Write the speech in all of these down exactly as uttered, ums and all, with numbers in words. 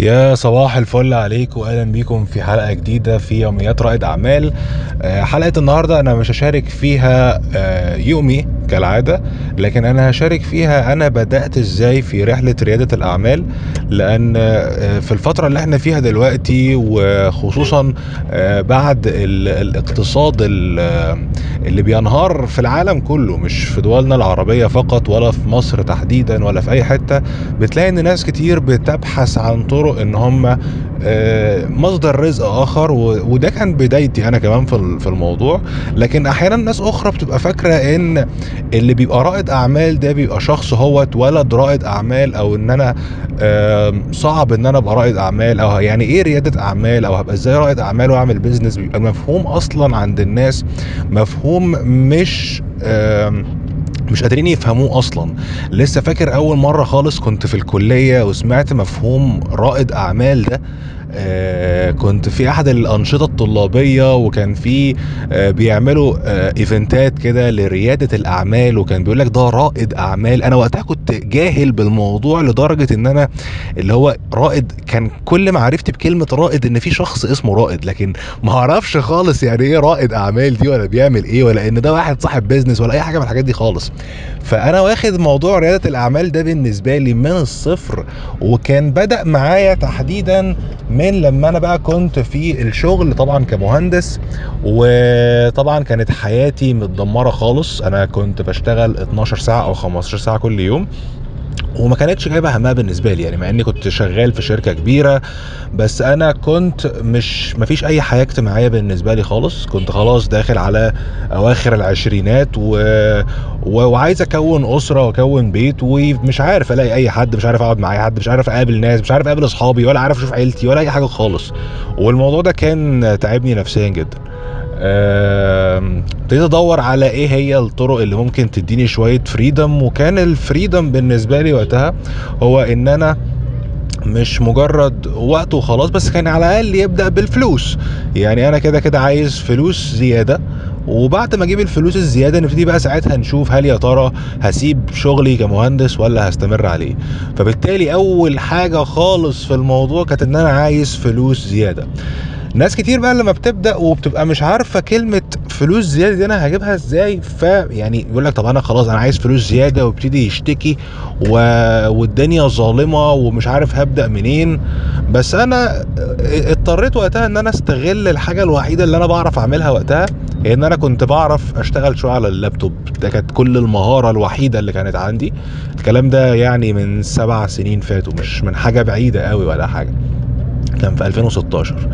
يا صباح الفل عليكم واهلا بيكم في حلقه جديده في يوميات رائد اعمال. آه، حلقه النهارده انا مش هشارك فيها آه، يومي كالعاده، لكن انا هشارك فيها انا بدات ازاي في رحله رياده الاعمال. لان آه، في الفتره اللي احنا فيها دلوقتي، وخصوصا آه، بعد ال- الاقتصاد ال- آه، اللي بينهار في العالم كله، مش في دولنا العربيه فقط ولا في مصر تحديدا ولا في اي حته، بتلاقي ان ناس كتير بتبحث عن طرق ان هم آه، مصدر رزق اخر، و- وده كان بدايتي انا كمان في ال- في الموضوع. لكن احيانا ناس اخرى بتبقى فاكره ان اللي بيبقى رائد اعمال ده بيبقى شخص هو اتولد رائد اعمال، او ان انا آم، صعب ان انا ابقى رائد اعمال، او يعني ايه رياده اعمال، او هبقى ازاي رائد اعمال واعمل بيزنس. بيبقى المفهوم اصلا عند الناس مفهوم مش آم، مش قادرين يفهموه اصلا. لسه فاكر اول مره خالص كنت في الكليه وسمعت مفهوم رائد اعمال ده. آه كنت في احد الانشطه الطلابيه، وكان في آه بيعملوا آه ايفنتات كده لرياده الاعمال، وكان بيقول لك ده رائد اعمال. انا وقتها كنت جاهل بالموضوع لدرجه ان انا اللي هو رائد، كان كل معرفتي بكلمه رائد ان في شخص اسمه رائد، لكن ما اعرفش خالص يعني ايه رائد اعمال دي، ولا بيعمل ايه، ولا ان ده واحد صاحب بيزنس، ولا اي حاجه من الحاجات دي خالص. فانا واخد موضوع رياده الاعمال ده بالنسبه لي من الصفر، وكان بدأ معايا تحديدا من لما انا بقى كنت في الشغل طبعا كمهندس. وطبعا كانت حياتي متدمره خالص، انا كنت بشتغل اتناشر ساعه او خمستاشر ساعه كل يوم، وما كانتش جايبه همها بالنسبه لي، يعني مع اني كنت شغال في شركه كبيره، بس انا كنت مش مفيش اي حياه اجتماعيه بالنسبه لي خالص. كنت خلاص داخل على اواخر العشرينات و... و... وعايز اكون اسره واكون بيت، ومش عارف الاقي اي حد، مش عارف اقعد مع اي حد، مش عارف اقابل ناس، مش عارف اقابل اصحابي، ولا عارف اشوف عيلتي، ولا اي حاجه خالص. والموضوع ده كان تعبني نفسيا جدا. آم، ابتديت ادور على ايه هي الطرق اللي ممكن تديني شويه فريدم. وكان الفريدم بالنسبه لي وقتها هو ان انا مش مجرد وقت وخلاص، بس كان على الاقل يبدا بالفلوس. يعني انا كده كده عايز فلوس زياده، وبعد ما اجيب الفلوس الزياده نبتدي بقى ساعتها نشوف هل يا ترى هسيب شغلي كمهندس ولا هستمر عليه. فبالتالي اول حاجه خالص في الموضوع كانت ان انا عايز فلوس زياده. ناس كتير بقى لما بتبدا وبتبقى مش عارفه كلمه فلوس زياده دي انا هجيبها ازاي، فيعني يقول لك طب انا خلاص انا عايز فلوس زياده، ويبتدي يشتكي و... والدنيا ظالمه ومش عارف هبدا منين. بس انا اضطريت وقتها ان انا استغل الحاجه الوحيده اللي انا بعرف اعملها وقتها، هي ان انا كنت بعرف اشتغل شويه على اللابتوب. ده كانت كل المهاره الوحيده اللي كانت عندي. الكلام ده يعني من سبع سنين فاتوا، مش من حاجه بعيده قوي ولا حاجه، كان في ألفين وستاشر.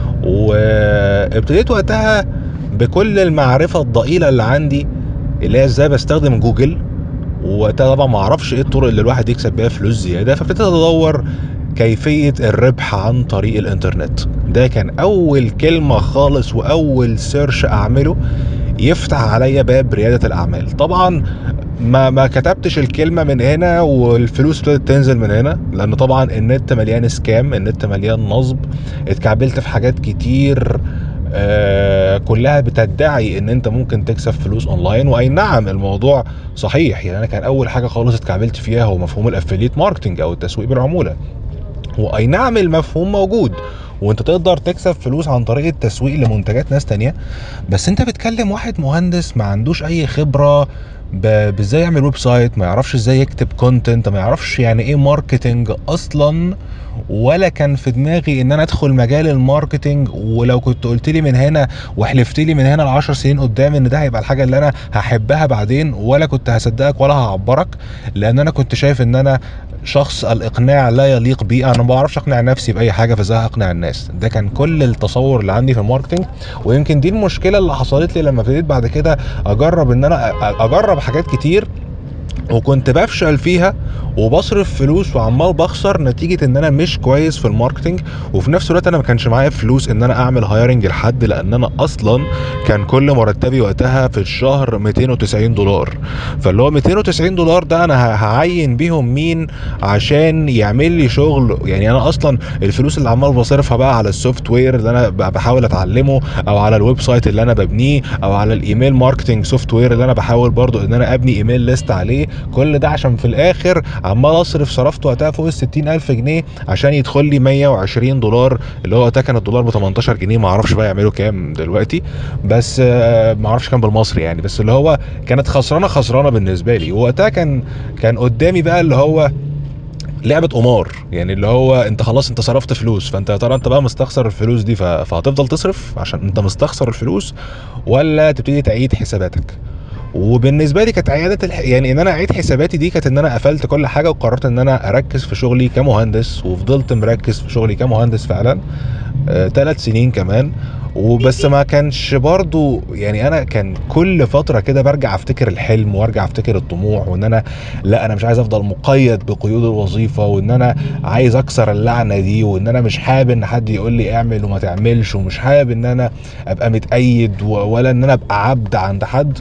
وابتديت وقتها بكل المعرفة الضئيلة اللي عندي، اللي هي ازاي بستخدم جوجل. ووقتها طبعا ما اعرفش ايه الطرق اللي الواحد يكسب بيها فلوس زيادة، فابتديت ادور كيفية الربح عن طريق الانترنت. ده كان اول كلمة خالص واول سيرش اعمله يفتح عليا باب ريادة الاعمال. طبعا ما ما كتبتش الكلمة من هنا والفلوس ابتدت تنزل من هنا، لان طبعا النت مليان سكام، النت مليان نصب. اتكعبلت في حاجات كتير آه كلها بتدعي ان انت ممكن تكسب فلوس اونلاين. واي نعم الموضوع صحيح، يعني انا كان اول حاجة خالص اتكعبلت فيها هو مفهوم الافليت ماركتنج او التسويق بالعمولة. واي نعم المفهوم موجود، وانت تقدر تكسب فلوس عن طريق التسويق لمنتجات ناس تانية. بس انت بتكلم واحد مهندس ما عندوش اي خبرة ب- بازاي يعمل ويب سايت، ما يعرفش ازاي يكتب كونتنت، ما يعرفش يعني ايه ماركتنج اصلا. ولا كان في دماغي ان انا ادخل مجال الماركتنج. ولو كنت قلت لي من هنا وحلفت لي من هنا لعشر سنين قدام ان ده هيبقى الحاجة اللي انا هحبها بعدين، ولا كنت هصدقك ولا هعبرك. لان انا كنت شايف ان انا شخص الاقناع لا يليق بي، انا ما بعرفش اقنع نفسي باي حاجه، فازاي اقنع الناس؟ ده كان كل التصور اللي عندي في الماركتنج. ويمكن دي المشكله اللي حصلت لي لما ابتديت بعد كده اجرب ان انا أ- اجرب حاجات كتير، وكنت بفشل فيها وبصرف فلوس وعمال بخسر نتيجة ان انا مش كويس في الماركتينج. وفي نفس الوقت انا ما كانش معايا فلوس ان انا اعمل هايرنج لحد، لان انا اصلا كان كل مرتبي وقتها في الشهر ميتين وتسعين دولار. فاللي هو ميتين وتسعين دولار ده انا ه- هعين بيهم مين عشان يعمل لي شغل؟ يعني انا اصلا الفلوس اللي عمال بصرفها بقى على السوفت وير اللي انا ب- بحاول اتعلمه، او على الويب سايت اللي انا ببنيه، او على الايميل ماركتنج سوفت وير اللي انا بحاول برضو ان انا ابني ايميل ليست عليه، كل ده عشان في الاخر عمال اصرف، صرفت وقتها فوق ال ستين الف جنيه عشان يدخل لي مية وعشرين دولار، اللي هو وقتها كان الدولار ب تمنتاشر جنيه، ما اعرفش بقى يعملوا كام دلوقتي، بس آه، ما اعرفش كام بالمصري يعني، بس اللي هو كانت خسرانه خسرانه بالنسبه لي. ووقتها كان كان قدامي بقى اللي هو لعبه قمار، يعني اللي هو انت خلاص انت صرفت فلوس، فانت يا ترى انت بقى مستخسر الفلوس دي ف- فهتفضل تصرف عشان انت مستخسر الفلوس، ولا تبتدي تعيد حساباتك. وبالنسبه لي كانت عياده الح... يعني ان انا اعيد حساباتي دي كانت ان انا قفلت كل حاجه وقررت ان انا اركز في شغلي كمهندس، وفضلت مركز في شغلي كمهندس فعلا ثلاث سنين كمان. وبس ما كانش برضو يعني، انا كان كل فتره كده برجع افتكر الحلم وارجع افتكر الطموح، وان انا لا انا مش عايز افضل مقيد بقيود الوظيفه، وان انا عايز اكسر اللعنه دي، وان انا مش حابب ان حد يقول لي اعمل وما تعملش، ومش حابب ان انا ابقى متقيد و- ولا ان انا ابقى عبد عند حد.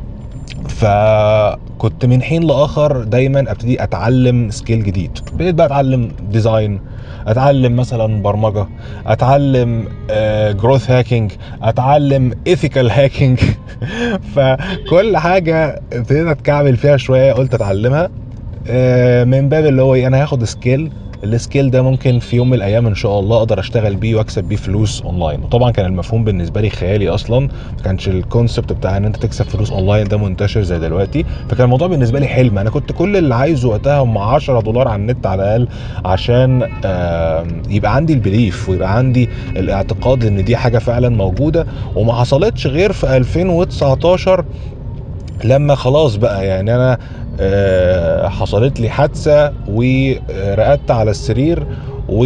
فكنت من حين لاخر دايما ابتدي اتعلم سكيل جديد، بقيت بقى اتعلم ديزاين، اتعلم مثلا برمجه، اتعلم جروث هاكينج، اتعلم ايثيكال هاكينج فكل حاجه ابتديت اتكعبل فيها شويه، قلت اتعلمها آه، من باب اللي هو إيه، انا هاخد سكيل، السكيل ده ممكن في يوم من الايام ان شاء الله اقدر اشتغل بيه واكسب بيه فلوس اونلاين. وطبعا كان المفهوم بالنسبه لي خيالي اصلا، ما كانش الكونسبت بتاع ان انت تكسب فلوس اونلاين ده منتشر زي دلوقتي، فكان الموضوع بالنسبه لي حلم. انا كنت كل اللي عايزه وقتها هم عشرة دولار على النت على الاقل، عشان آه، يبقى عندي البليف ويبقى عندي الاعتقاد ان دي حاجه فعلا موجوده. وما حصلتش غير في ألفين وتسعتاشر، لما خلاص بقى يعني انا آه، حصلت لي حادثه ورقدت على السرير، و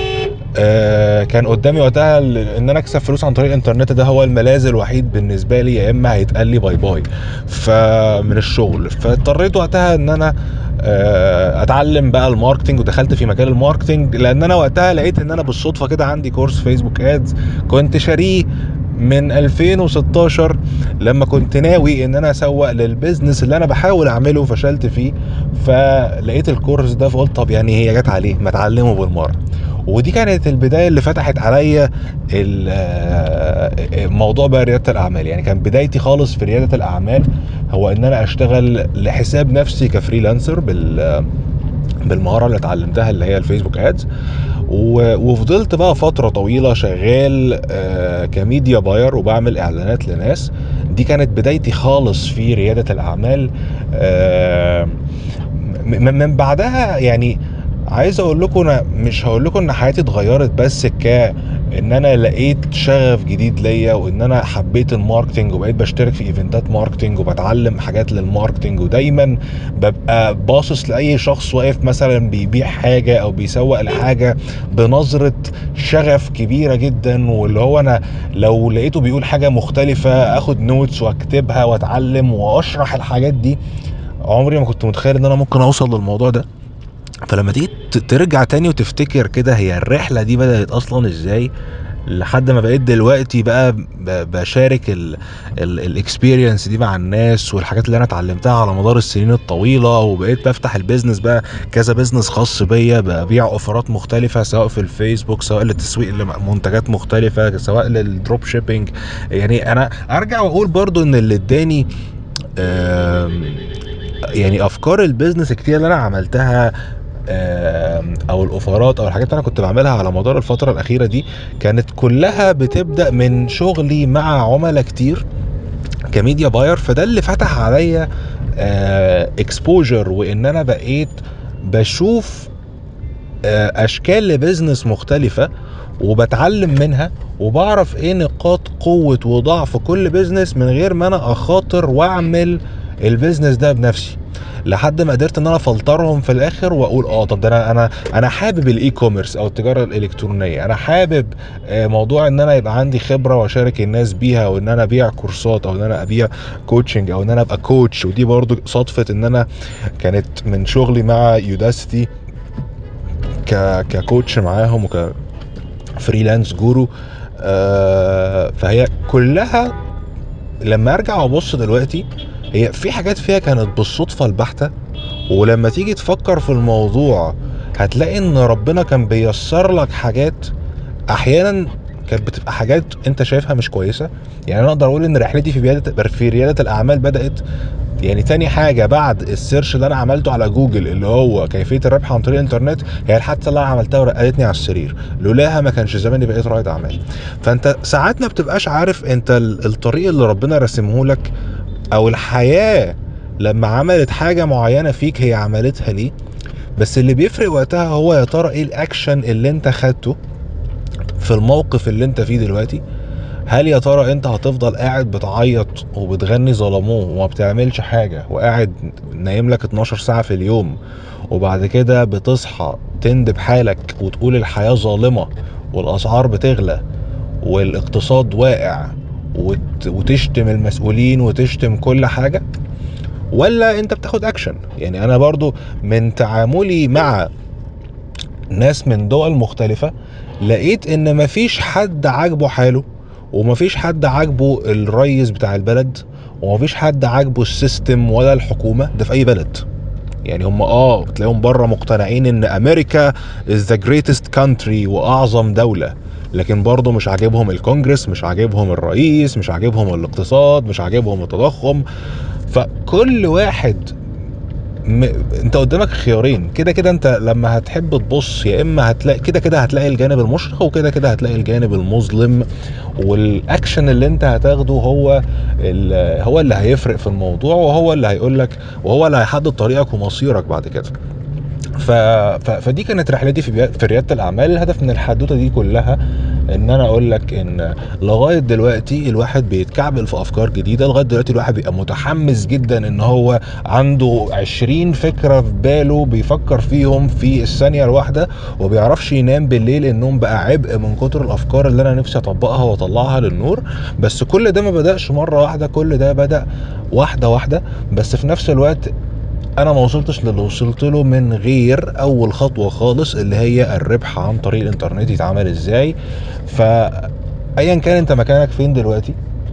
آه، كان قدامي وقتها ال- ان انا اكسب فلوس عن طريق الانترنت، ده هو الملاذ الوحيد بالنسبه لي، يا اما هيتقال لي باي باي فمن الشغل. فاضطريت وقتها ان انا آه، اتعلم بقى الماركتنج، ودخلت في مجال الماركتنج، لان انا وقتها لقيت ان انا بالصدفه كده عندي كورس فيسبوك ادز كنت شاريه من ألفين وستاشر، لما كنت ناوي ان انا اسوق للبيزنس اللي انا بحاول اعمله وفشلت فيه. فلقيت الكورس ده فقلت طب يعني هي جت عليه ما اتعلمه بالمره. ودي كانت البدايه اللي فتحت عليا ال- آه، موضوع بقى رياده الاعمال. يعني كان بدايتي خالص في رياده الاعمال هو ان انا اشتغل لحساب نفسي كفريلانسر بال بالمهاره اللي اتعلمتها اللي هي الفيسبوك ادز. و- وفضلت بقى فتره طويله شغال آه، كميديا باير وبعمل اعلانات لناس. دي كانت بدايتي خالص في رياده الاعمال. آه، م- من بعدها يعني عايز اقول لكم، انا مش هقول لكم ان حياتي اتغيرت، بس ك ان انا لقيت شغف جديد ليا، وان انا حبيت الماركتنج وبقيت بشترك في ايفنتات ماركتنج وبتعلم حاجات للماركتنج، ودايما ببقى باصص لاي شخص واقف مثلا بيبيع حاجه او بيسوق لحاجه بنظره شغف كبيره جدا، واللي هو انا لو لقيته بيقول حاجه مختلفه اخد نوتس واكتبها واتعلم واشرح الحاجات دي. عمري ما كنت متخيل ان انا ممكن اوصل للموضوع ده. فلما تيجي ت- ترجع تاني وتفتكر كده هي الرحلة دي بدأت اصلا ازاي، لحد ما بقيت دلوقتي بقى ب- بشارك الاكسبيرينس دي مع الناس، والحاجات اللي انا اتعلمتها على مدار السنين الطويلة، وبقيت بفتح البيزنس بقى كذا بيزنس خاص بيا، ببيع اوفرات مختلفة سواء في الفيسبوك، سواء للتسويق لمنتجات مختلفة، سواء للدروب شيبينج. يعني انا ارجع واقول برضو ان اللي اداني آم، يعني افكار البيزنس كتير اللي انا عملتها، آم، او الاوفرات او الحاجات اللي انا كنت بعملها على مدار الفتره الاخيره دي، كانت كلها بتبدا من شغلي مع عملاء كتير كميديا باير. فده اللي فتح عليا اكسبوجر، وان انا بقيت بشوف آه، اشكال لبزنس مختلفة وبتعلم منها، وبعرف ايه نقاط قوة وضعف كل بزنس من غير ما انا اخاطر واعمل البيزنس ده بنفسي، لحد ما قدرت ان انا افلترهم في الاخر واقول اه طب ده انا انا انا حابب الاي كوميرس او التجاره الالكترونيه، انا حابب آه، موضوع ان انا يبقى عندي خبره واشارك الناس بيها، وان انا ابيع كورسات، او ان انا ابيع كوتشنج، او ان انا ابقى كوتش. ودي برضو صدفه ان انا كانت من شغلي مع يوداستي ك ككوتش معاهم وكفريلانس جورو. آه فهي كلها لما ارجع وابص دلوقتي هي في حاجات فيها كانت بالصدفة البحتة، ولما تيجي تفكر في الموضوع هتلاقي ان ربنا كان بيسر لك حاجات احيانا كانت بتبقى حاجات انت شايفها مش كويسة. يعني انا اقدر اقول ان رحلتي في ريادة في ريادة الاعمال بدأت يعني تاني حاجه بعد السيرش اللي انا عملته على جوجل اللي هو كيفيه الربح عن طريق الانترنت، هي الحادثه اللي انا عملتها ورقدتني على السرير، لولاها ما كانش زماني بقيت رائد اعمال. فانت ساعات ما بتبقاش عارف انت الطريق اللي ربنا رسمه لك او الحياه لما عملت حاجه معينه فيك هي عملتها ليه. بس اللي بيفرق وقتها هو يا ترى ايه الاكشن اللي انت خدته في الموقف اللي انت فيه دلوقتي. هل يا ترى انت هتفضل قاعد بتعيط وبتغني ظلموه وما بتعملش حاجة وقاعد نايم لك اتناشر ساعة في اليوم، وبعد كده بتصحى تندب حالك وتقول الحياة ظالمة والاسعار بتغلى والاقتصاد واقع وت... وتشتم المسؤولين وتشتم كل حاجة؟ ولا انت بتاخد اكشن؟ يعني انا برضو من تعاملي مع ناس من دول مختلفة لقيت ان مفيش حد عاجبه حاله، ومفيش حد عاجبه الرئيس بتاع البلد، ومفيش حد عاجبه السيستم ولا الحكومة ده في اي بلد. يعني هم اه بتلاقيهم بره مقتنعين ان امريكا is the greatest country واعظم دولة، لكن برضه مش عاجبهم الكونجرس، مش عاجبهم الرئيس، مش عاجبهم الاقتصاد، مش عاجبهم التضخم. فكل واحد م... انت قدامك خيارين، كده كده انت لما هتحب تبص يا اما هتلاقي كده كده هتلاقي الجانب المشرق وكده كده هتلاقي الجانب المظلم، والاكشن اللي انت هتاخده هو ال... هو اللي هيفرق في الموضوع، وهو اللي هيقول لك، وهو اللي هيحدد طريقك ومصيرك بعد كده. ف... ف... فدي كانت رحلتي في بي... في رياده الاعمال. الهدف من الحدوته دي كلها ان انا اقول لك ان لغايه دلوقتي الواحد بيتكعبل في افكار جديده، لغايه دلوقتي الواحد بيبقى متحمس جدا ان هو عنده عشرين فكره في باله بيفكر فيهم في الثانيه الواحده، وبيعرفش ينام بالليل. النوم بقى عبء من كتر الافكار اللي انا نفسي اطبقها واطلعها للنور. بس كل ده ما بداش مره واحده، كل ده بدا واحده واحده. بس في نفس الوقت انا ما وصلتش للي وصلت له من غير اول خطوه خالص اللي هي الربح عن طريق الانترنت يتعمل ازاي. فايا كان انت مكانك فين دلوقتي،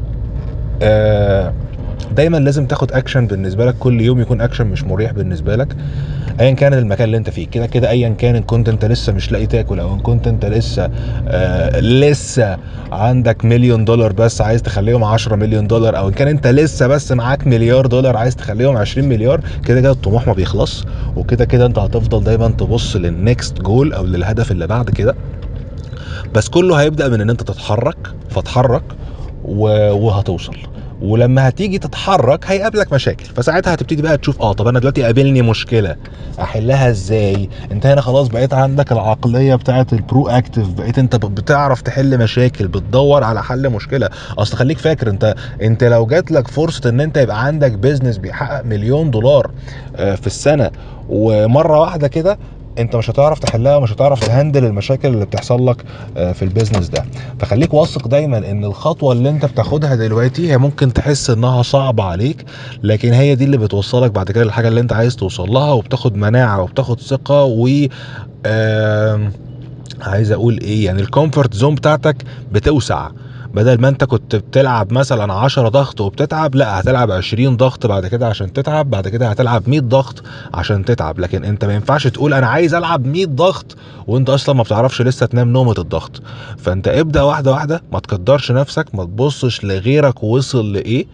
آه دايما لازم تاخد اكشن. بالنسبه لك كل يوم يكون اكشن مش مريح بالنسبه لك، ايا كان المكان اللي انت فيه. كده كده ايا كان ان كنت انت لسه مش لاقي تاكل، او ان كنت انت لسه آه لسه عندك مليون دولار بس عايز تخليهم عشرة مليون دولار، او ان كان انت لسه بس معاك مليار دولار عايز تخليهم عشرين مليار، كده كده الطموح ما بيخلص. وكده كده انت هتفضل دايما تبص للنكست جول او للهدف اللي بعد كده. بس كله هيبدأ من ان انت تتحرك، فتحرك وهتوصل. ولما هتيجي تتحرك هيقابلك مشاكل، فساعتها هتبتدي بقى تشوف اه طب انا دلوقتي قابلني مشكله احلها ازاي. انت هنا خلاص بقيت عندك العقليه بتاعه البرو اكتيف، بقيت انت بتعرف تحل مشاكل، بتدور على حل مشكله. اصل خليك فاكر، انت انت لو جات لك فرصه ان انت يبقى عندك بيزنس بيحقق مليون دولار في السنه ومره واحده كده، انت مش هتعرف تحلها ومش هتعرف تهندل المشاكل اللي بتحصل لك في البيزنس ده. فخليك واثق دايما ان الخطوه اللي انت بتاخدها دلوقتي هي ممكن تحس انها صعبه عليك، لكن هي دي اللي بتوصلك بعد كده للحاجه اللي انت عايز توصل لها، وبتاخد مناعه وبتاخد ثقه و آه... عايز اقول ايه، يعني الكومفورت زون بتاعتك بتوسع. بدل ما انت كنت بتلعب مثلا عشرة ضغط وبتتعب، لا هتلعب عشرين ضغط بعد كده عشان تتعب، بعد كده هتلعب مية ضغط عشان تتعب. لكن انت ما ينفعش تقول انا عايز العب مية ضغط وانت اصلا ما بتعرفش لسه تنام نومة الضغط. فانت ابدأ واحدة واحدة، ما تقدرش نفسك، ما تبصش لغيرك وصل لايه،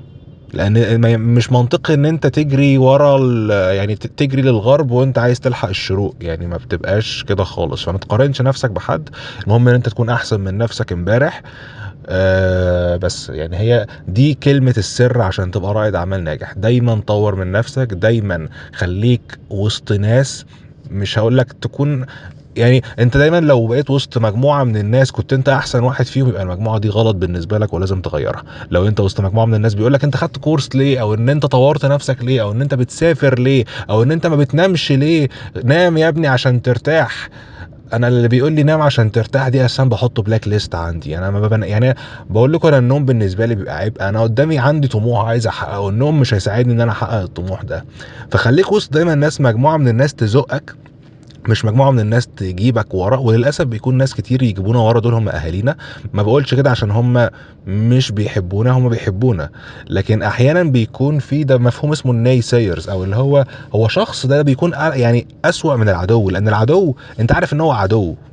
لان مش منطقي ان انت تجري ورا يعني تجري للغرب وانت عايز تلحق الشروق، يعني ما بتبقاش كده خالص. فما تقارنش نفسك بحد، المهم ان انت تكون احسن من نفسك امبارح. آه بس يعني هي دي كلمة السر عشان تبقى رائد اعمال ناجح. دايما طور من نفسك، دايما خليك وسط ناس، مش هقولك تكون يعني انت دايما لو بقيت وسط مجموعه من الناس كنت انت احسن واحد فيهم، يبقى المجموعه دي غلط بالنسبه لك ولازم تغيرها. لو انت وسط مجموعه من الناس بيقول لك انت خدت كورس ليه، او ان انت طورت نفسك ليه، او ان انت بتسافر ليه، او ان انت ما بتنامش ليه، نام يا ابني عشان ترتاح. انا اللي بيقول لي نام عشان ترتاح دي اصلا بحطه بلاك ليست عندي. انا ما ببن... يعني بقول لكم انا النوم بالنسبه لي بيبقى عيب، انا قدامي عندي طموح عايز احققه، النوم مش هيساعدني ان انا احقق الطموح ده. فخليك وسط دايما ناس، مجموعه من الناس تزقك، مش مجموعه من الناس تجيبك ورا. وللاسف بيكون ناس كتير يجيبونا ورا، دول هم اهالينا. ما بقولش كده عشان هم مش بيحبونا، هم بيحبونا، لكن احيانا بيكون في ده مفهوم اسمه الناي سايرز، او اللي هو هو شخص ده بيكون يعني اسوأ من العدو. لان العدو انت عارف ان هو عدو،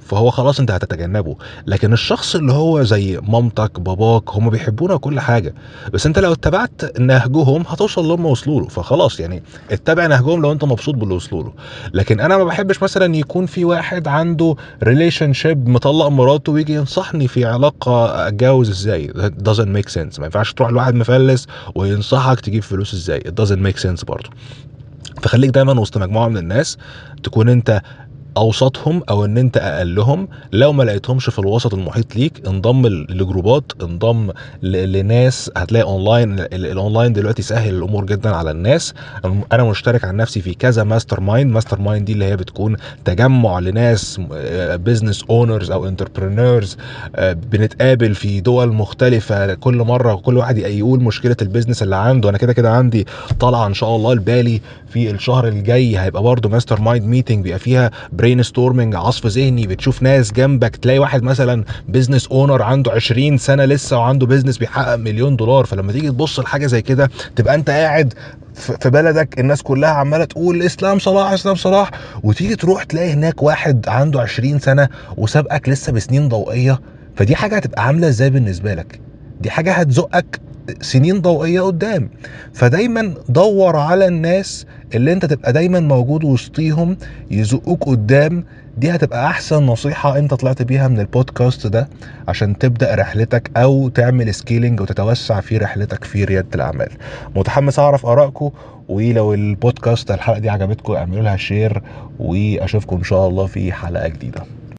فهو خلاص انت هتتجنبه. لكن الشخص اللي هو زي مامتك باباك هم بيحبونا كل حاجه، بس انت لو اتبعت نهجهم هتوصل اللي هم وصلوا له، فخلاص يعني اتبع نهجهم لو انت مبسوط باللي وصلوا له. لكن انا ما بحبش مثلا يكون في واحد عنده ريليشن شيب مطلق مراته ويجي ينصحني في علاقه اتجوز ازاي. That doesn't make sense. ما ينفعش تروح لواحد مفلس وينصحك تجيب فلوس ازاي. It doesn't make sense برضه. فخليك دايما وسط مجموعه من الناس تكون انت اوسطهم او ان انت اقلهم. لو ما لقيتهمش في الوسط المحيط ليك انضم لجروبات، انضم ل- لناس هتلاقي اونلاين. ال- الاونلاين دلوقتي سهل الامور جدا على الناس. انا مشترك عن نفسي في كذا ماستر مايند. ماستر مايند دي اللي هي بتكون تجمع لناس بزنس اونرز او انتربرينورز، بنتقابل في دول مختلفة كل مرة، كل واحد يقول مشكلة البيزنس اللي عنده. انا كده كده عندي طالعة ان شاء الله البالي في الشهر الجاي، هيبقى برضو ماستر مايند ميتنج بيبقى فيها برين ستورمنج، عصف ذهني، بتشوف ناس جنبك. تلاقي واحد مثلا بيزنس اونر عنده عشرين سنة لسه وعنده بيزنس بيحقق مليون دولار. فلما تيجي تبص لحاجة زي كده تبقى انت قاعد في بلدك الناس كلها عمالة تقول اسلام صلاح اسلام صلاح، وتيجي تروح تلاقي هناك واحد عنده عشرين سنة وسابقك لسه بسنين ضوئية. فدي حاجة هتبقى عاملة ازاي بالنسبة لك؟ دي حاجة هتزقك سنين ضوئية قدام. فدايما دور على الناس اللي انت تبقى دايما موجود وسطيهم يزقوك قدام. دي هتبقى احسن نصيحة انت طلعت بيها من البودكاست ده عشان تبدأ رحلتك او تعمل سكيلينج وتتوسع في رحلتك في ريادة الاعمال. متحمس اعرف ارائكم، ولو البودكاست الحلقة دي عجبتكم اعملوا لها شير، واشوفكم ان شاء الله في حلقة جديدة.